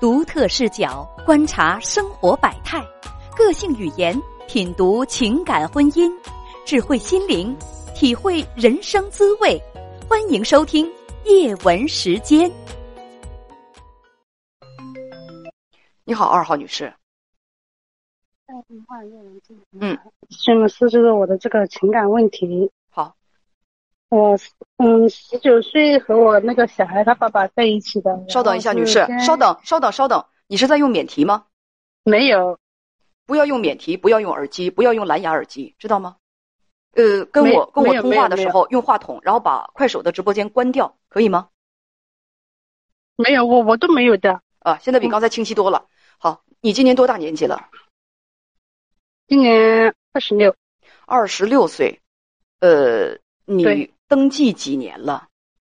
独特视角观察生活百态，个性语言品读情感婚姻，智慧心灵体会人生滋味。欢迎收听叶文时间。 你好，2号女士。 是就是我的这个情感问题。 好， 我19岁和我那个小孩他爸爸在一起的。 稍等一下，女士，稍等，你是在用免提吗？ 没有。 不要用免提，不要用耳机，不要用蓝牙耳机，知道吗？跟我通话的时候用话筒，然后把快手的直播间关掉，可以吗？ 没有，我都没有的。 现在比刚才清晰多了。好，你今年多大年纪了？ 今年26。 26岁。你登记几年了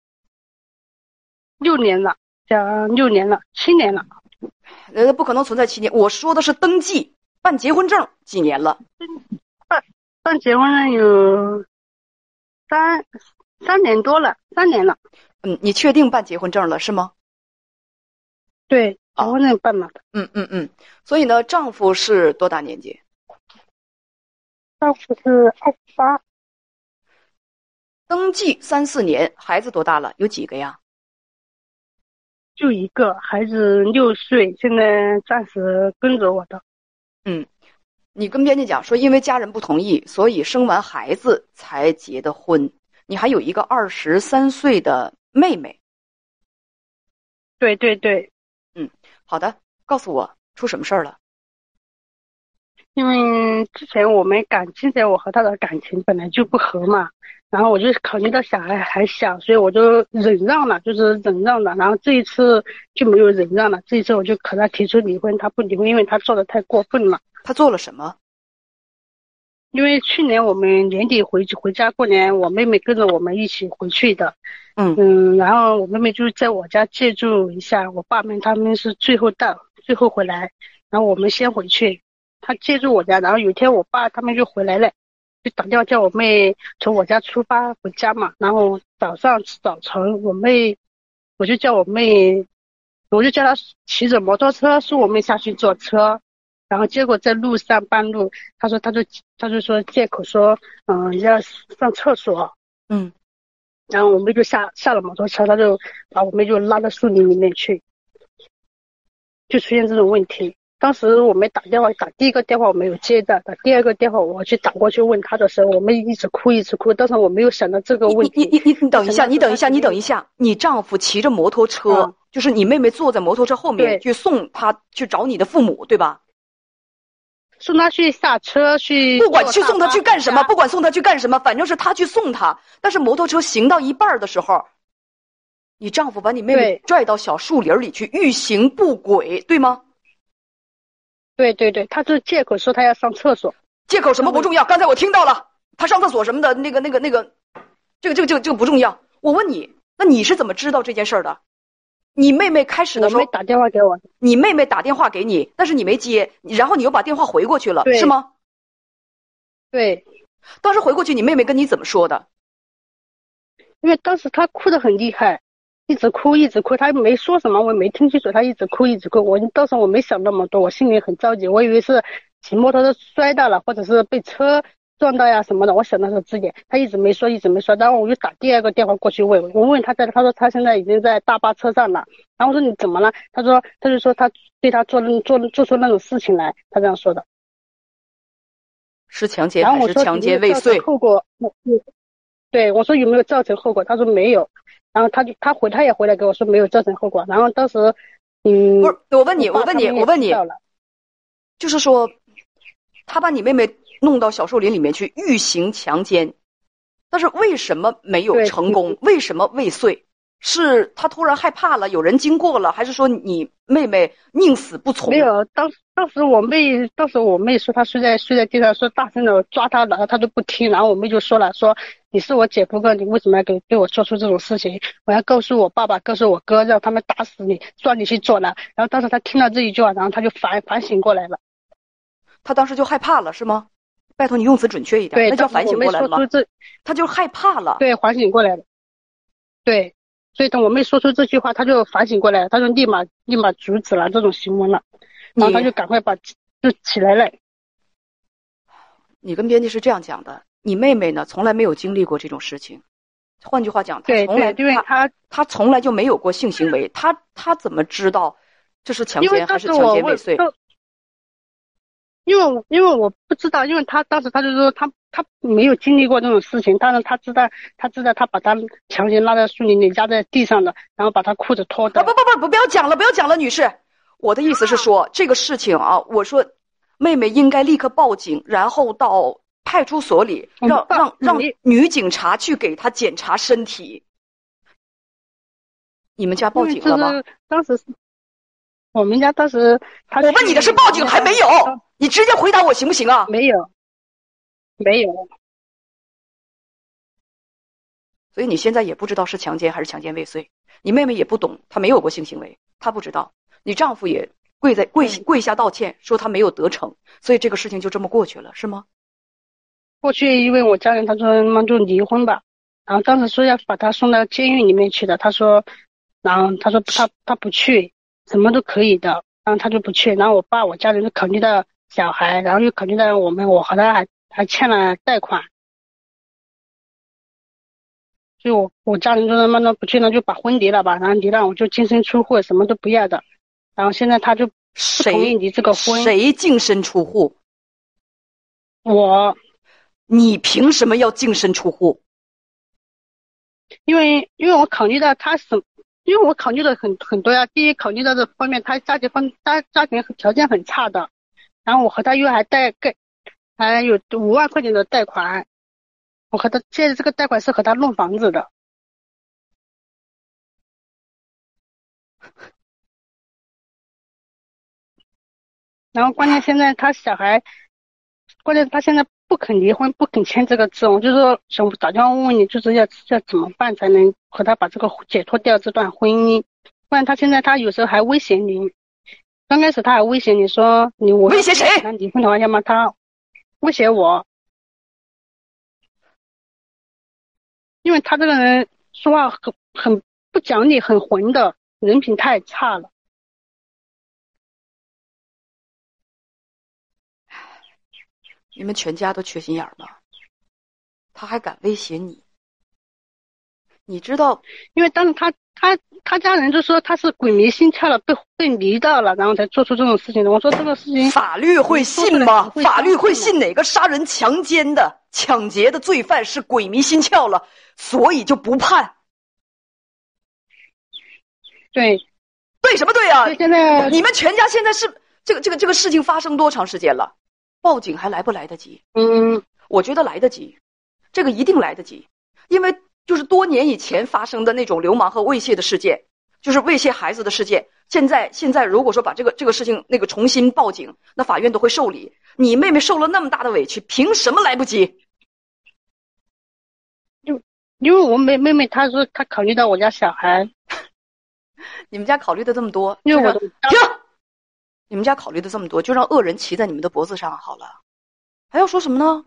？6年了，讲6年了，7年了。 不可能存在7年，我说的是登记办结婚证几年了？ 办结婚证有3年多了，3年了。 你确定办结婚证了是吗？ 对，结婚证办了。 所以呢，丈夫是多大年纪？ 丈夫是28。 登记3、4年，孩子多大了？有几个呀？ 就一个，孩子6岁，现在暂时跟着我的。 你跟编辑讲说，因为家人不同意，所以生完孩子才结的婚。你还有一个23岁的妹妹。 对。 好的，告诉我出什么事儿了？ 因为之前现在我和他的感情本来就不合嘛，然后我就考虑到小孩还小，所以我就忍让了，然后这一次就没有忍让了，这一次我就和他提出离婚，他不离婚，因为他做的太过分了。 他做了什么？ 因为去年我们年底回家过年，我妹妹跟着我们一起回去的。然后我妹妹就是在我家借住一下，我爸们他们是最后回来，然后我们先回去，他借住我家，然后有一天我爸他们就回来了，就打电话叫我妹从我家出发回家嘛，然后早晨我就叫她骑着摩托车送我妹下去坐车，然后结果在路上半路，他就说借口说要上厕所。然后我妹就下了摩托车，他就把我妹就拉到树林里面去，就出现这种问题。当时我妹打第一个电话我没有接的，打第二个电话我去打过去问她的时候，我妹一直哭，当时我没有想到这个问题。 你等一下，你丈夫骑着摩托车，就是你妹妹坐在摩托车后面去送她去找你的父母，对吧？ 送她去下车去， 不管去送她去干什么，反正是她去送她。但是摩托车行到一半的时候，你丈夫把你妹妹拽到小树林里去，欲行不轨，对吗？ 对，他就借口说他要上厕所。 借口什么不重要，刚才我听到了，他上厕所什么的，那个，这个不重要。我问你，那你是怎么知道这件事的？你妹妹开始的时候， 我妹打电话给我。 你妹妹打电话给你，但是你没接，然后你又把电话回过去了，是吗？ 对。 当时回过去，你妹妹跟你怎么说的？ 因为当时她哭得很厉害。一直哭，他没说什么，我也没听清楚，他一直哭。当时我没想那么多，我心里很着急，我以为是骑摩托车摔到了，或者是被车撞到呀什么的，我想的是这点。他一直没说，然后我就打第二个电话过去问，我问他在，他说他现在已经在大巴车上了。然后我说你怎么了？他就说他对他做出那种事情来，他这样说的。 是强奸还是强奸未遂？ 后果，对，我说有没有造成后果？他说没有。然后他也回来给我说没有造成后果。然后当时不是，我问你，就是说他把你妹妹弄到小树林里面去欲行强奸，但是为什么没有成功？为什么未遂？是他突然害怕了，有人经过了，还是说你妹妹宁死不从？ 没有，当时我妹说她睡在地上，说大声的抓她，然后她都不听。然后我妹就说了，说你是我姐夫哥，你为什么要对我做出这种事情？我要告诉我爸爸，告诉我哥，让他们打死你，说你去做了。然后当时她听到这一句话，然后她就反省过来了。 她当时就害怕了，是吗？拜托你用词准确一点，那叫反省过来了吗？她就害怕了。 对，反省过来了。对。 所以等我妹说出这句话，他就反省过来，他就立马阻止了这种行为了，然后他就赶快就起来了。 你跟编辑是这样讲的，你妹妹呢从来没有经历过这种事情，换句话讲，她从来因为她从来就没有过性行为，她怎么知道这是强奸还是强奸未遂？ 因为我不知道，因为他当时他就说他没有经历过这种事情，但是他知道他把他强行拉在树林里压在地上的，然后把他裤子脱掉。 不要讲了，女士，我的意思是说这个事情啊，我说妹妹应该立刻报警，然后到派出所里让女警察去给她检查身体。你们家报警了吗？ 当时我们家当时我问你的是报警还没有？你直接回答我行不行啊？ 没有。 所以你现在也不知道是强奸还是强奸未遂，你妹妹也不懂，她没有过性行为，她不知道。你丈夫也跪下道歉，说他没有得逞，所以这个事情就这么过去了，是吗？ 过去因为我家人他说那就离婚吧，然后当时说要把他送到监狱里面去的，然后他说他不去，什么都可以的，然后他就不去，然后我家人就考虑到小孩，然后又考虑到我和他还欠了贷款，所以我家人说那不去，那就把婚离了吧，然后离了我就净身出户，什么都不要的，然后现在他就不同意离这个婚。 谁净身出户？ 我。 你凭什么要净身出户？ 因为我考虑到因为我考虑的很多呀。第一，考虑到这方面，他家庭条件很差的，然后我和他又还有5万块钱的贷款，我和他现在这个贷款是和他弄房子的。然后关键现在他小孩，关键他现在不肯离婚，不肯签这个字，我就说想打电话问你，就是要怎么办才能和他把这个解脱掉这段婚姻？不然他现在他有时候还威胁你，刚开始他还威胁你说我威胁谁？ 那离婚的话，要么他威胁我，因为他这个人说话很不讲理，很混的，人品太差了。 你们全家都缺心眼儿吗？他还敢威胁你？你知道， 因为当时他家人就说他是鬼迷心窍了，被迷到了，然后才做出这种事情的。我说这个事情法律会信吗？法律会信哪个杀人、强奸的、抢劫的罪犯是鬼迷心窍了，所以就不判？ 对什么对啊？ 现在你们全家现在是这个事情发生多长时间了？报警还来不来得及？我觉得来得及，这个一定来得及，因为就是多年以前发生的那种流氓和猥亵的事件，就是猥亵孩子的事件。现在如果说把这个事情重新报警，那法院都会受理。你妹妹受了那么大的委屈，凭什么来不及？ 因为我妹妹她说她考虑到我家小孩。 你们家考虑的这么多， 因为你们家考虑的这么多，就让恶人骑在你们的脖子上好了，还要说什么呢？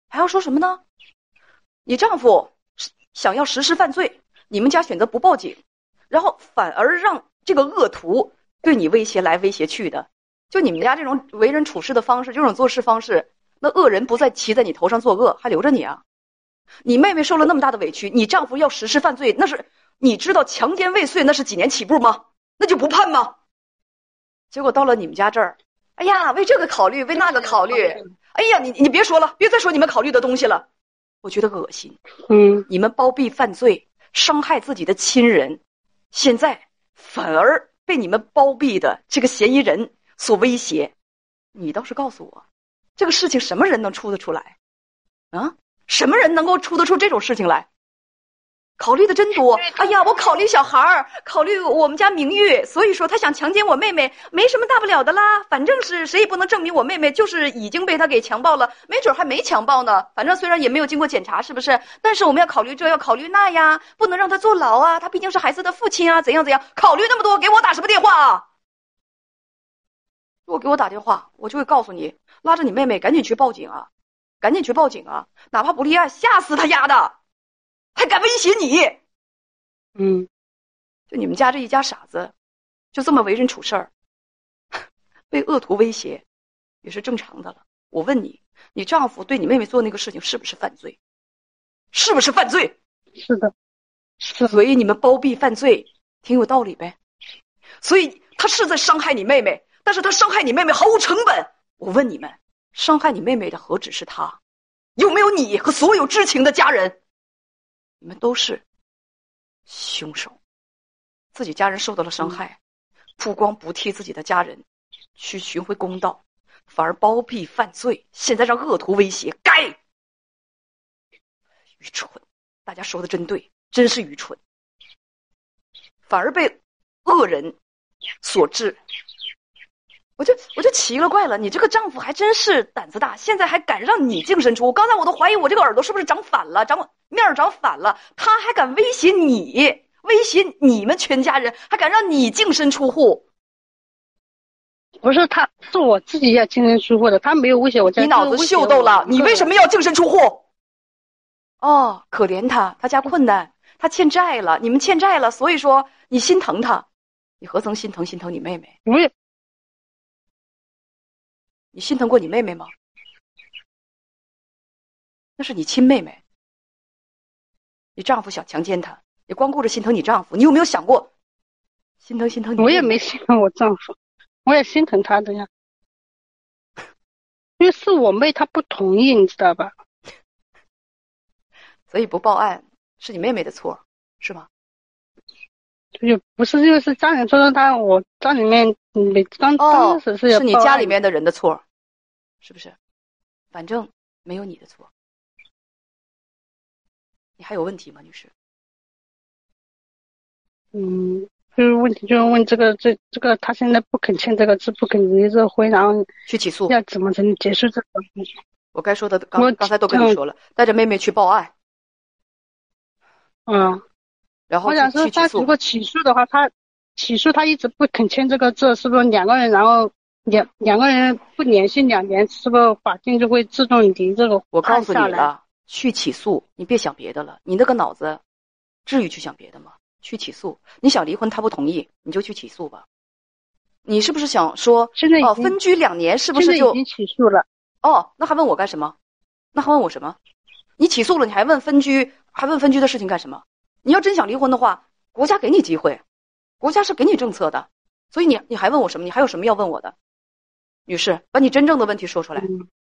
你丈夫想要实施犯罪，你们家选择不报警，然后反而让这个恶徒对你威胁来威胁去的，就你们家这种为人处事的方式，这种做事方式，那恶人不再骑在你头上作恶，还留着你啊？你妹妹受了那么大的委屈，你丈夫要实施犯罪，那是你知道强奸未遂那是几年起步吗？那就不判吗？结果到了你们家这儿，哎呀，为这个考虑，为那个考虑，哎呀，你别说了，别再说你们考虑的东西了，我觉得恶心。你们包庇犯罪，伤害自己的亲人，现在反而被你们包庇的这个嫌疑人所威胁。你倒是告诉我，这个事情什么人能出得出来啊？什么人能够出得出这种事情来？考虑的真多。哎呀，我考虑小孩儿，考虑我们家名誉，所以说他想强奸我妹妹，没什么大不了的啦。反正是谁也不能证明我妹妹就是已经被他给强暴了，没准还没强暴呢。反正虽然也没有经过检查，是不是？但是我们要考虑这，要考虑那呀，不能让他坐牢啊，他毕竟是孩子的父亲啊，怎样。考虑那么多，给我打什么电话啊？如果给我打电话，我就会告诉你，拉着你妹妹赶紧去报警啊，哪怕不立案，吓死他丫的！还敢威胁你？ 就你们家这一家傻子，就这么为人处事儿，被恶徒威胁，也是正常的了。我问你，你丈夫对你妹妹做那个事情是不是犯罪？是不是犯罪？ 是的，是。 所以你们包庇犯罪，挺有道理呗。所以他是在伤害你妹妹，但是他伤害你妹妹毫无成本。我问你们，伤害你妹妹的何止是他？有没有你和所有知情的家人？你们都是凶手，自己家人受到了伤害，不光不替自己的家人去寻回公道，反而包庇犯罪，现在让恶徒威胁，该愚蠢！大家说的真对，真是愚蠢，反而被恶人所致。我就奇了怪了，你这个丈夫还真是胆子大，现在还敢让你净身出户。刚才我都怀疑我这个耳朵是不是长反了，面长反了，他还敢威胁你，威胁你们全家人，还敢让你净身出户。 不是他，是我自己要净身出户的，他没有威胁我家。 你脑子秀逗了，你为什么要净身出户？哦，可怜他家困难，他欠债了，你们欠债了，所以说你心疼他，你何曾心疼你妹妹？ 不是。 你心疼过你妹妹吗？那是你亲妹妹，你丈夫想强奸她，你光顾着心疼你丈夫，你有没有想过心疼你妹妹？ 我也没心疼我丈夫，我也心疼他的呀，因为是我妹她不同意，你知道吧？ 所以不报案是你妹妹的错，是吗？ 就不是，就是家人说他，我家里面当时是是你家里面的人的错，是不是？反正没有你的错。你还有问题吗，女士？ 就是问题就是问这个他现在不肯签这个字，不肯离这个婚，然后去起诉， 要怎么才能结束这个？ 我该说的刚才都跟你说了，带着妹妹去报案。然后我想说，他如果起诉的话，他一直不肯签这个字，是不是两个人，然后两个人不联系2年，是不是法定就会自动离这个？ 我告诉你了，去起诉，你别想别的了，你那个脑子至于去想别的吗？去起诉，你想离婚他不同意，你就去起诉吧。你是不是想说现在分居2年是不是就已经起诉了？ 那还问我干什么？那还问我什么？你起诉了，你还问分居的事情干什么？你要真想离婚的话，国家给你机会，国家是给你政策的，所以你还问我什么？你还有什么要问我的？女士，把你真正的问题说出来。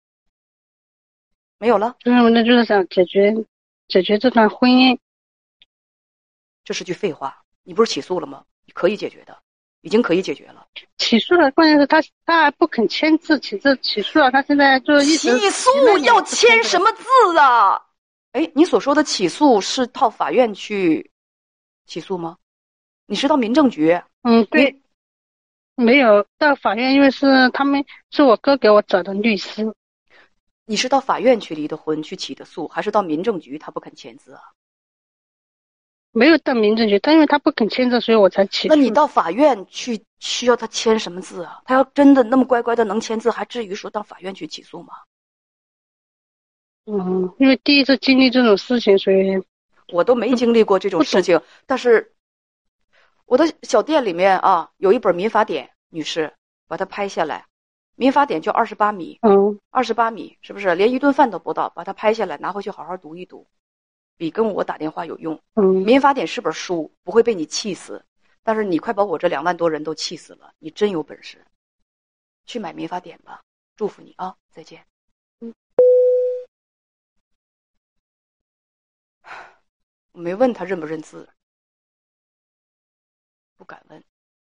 没有了？ 那就是想解决这段婚姻。 这是句废话，你不是起诉了吗？你可以解决的，已经可以解决了。 起诉了，关键是他还不肯签字，起诉了，他现在就一直起诉要签什么字啊？你所说的起诉是到法院去起诉吗？你是到民政局？ 对，没有到法院，因为是我哥给我找的律师。 你是到法院去离的婚去起的诉，还是到民政局他不肯签字啊？ 没有到民政局，但因为他不肯签字，所以我才起诉。 那你到法院去需要他签什么字啊？他要真的那么乖乖的能签字，还至于说到法院去起诉吗？ 因为第一次经历这种事情，所以我都没经历过这种事情。但是我的小店里面有一本民法典，女士把它拍下来，民法典就28米，28米是不是连1顿饭都不到？把它拍下来拿回去好好读一读，比跟我打电话有用。民法典是本书，不会被你气死，但是你快把我这2万多人都气死了，你真有本事，去买民法典吧，祝福你啊，再见。我没问他认不认字，不敢问。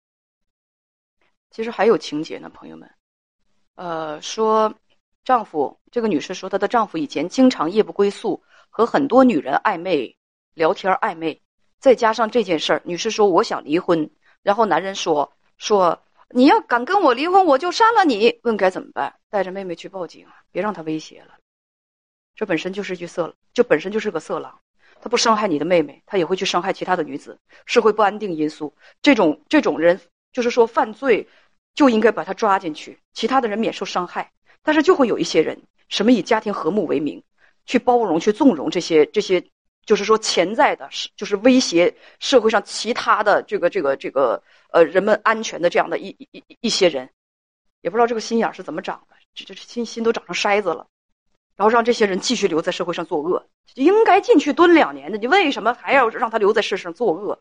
其实还有情节呢，朋友们。说丈夫，这个女士说她的丈夫以前经常夜不归宿，和很多女人暧昧聊天暧昧，再加上这件事儿，女士说我想离婚，然后男人说你要敢跟我离婚，我就杀了你。问该怎么办？带着妹妹去报警，别让他威胁了。这本身就是本身就是个色狼。他不伤害你的妹妹，他也会去伤害其他的女子，社会不安定因素。这种人就是说犯罪就应该把他抓进去，其他的人免受伤害。但是就会有一些人什么以家庭和睦为名，去包容去纵容这些就是说潜在的，就是威胁社会上其他的人们安全的这样的一些人，也不知道这个心眼是怎么长的，这心都长成筛子了，然后让这些人继续留在社会上作恶，应该进去蹲2年的，你为什么还要让他留在世上作恶？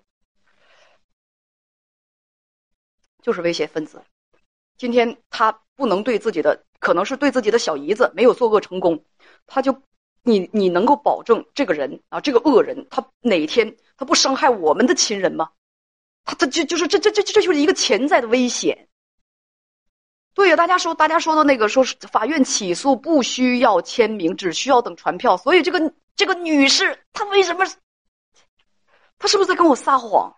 就是威胁分子。今天他不能对自己的，可能是对自己的小姨子没有作恶成功，他就你能够保证这个人啊，这个恶人，他哪天他不伤害我们的亲人吗？他就是这就是一个潜在的危险。对呀，大家说的那个说是法院起诉不需要签名，只需要等传票，所以这个女士她为什么？她是不是在跟我撒谎？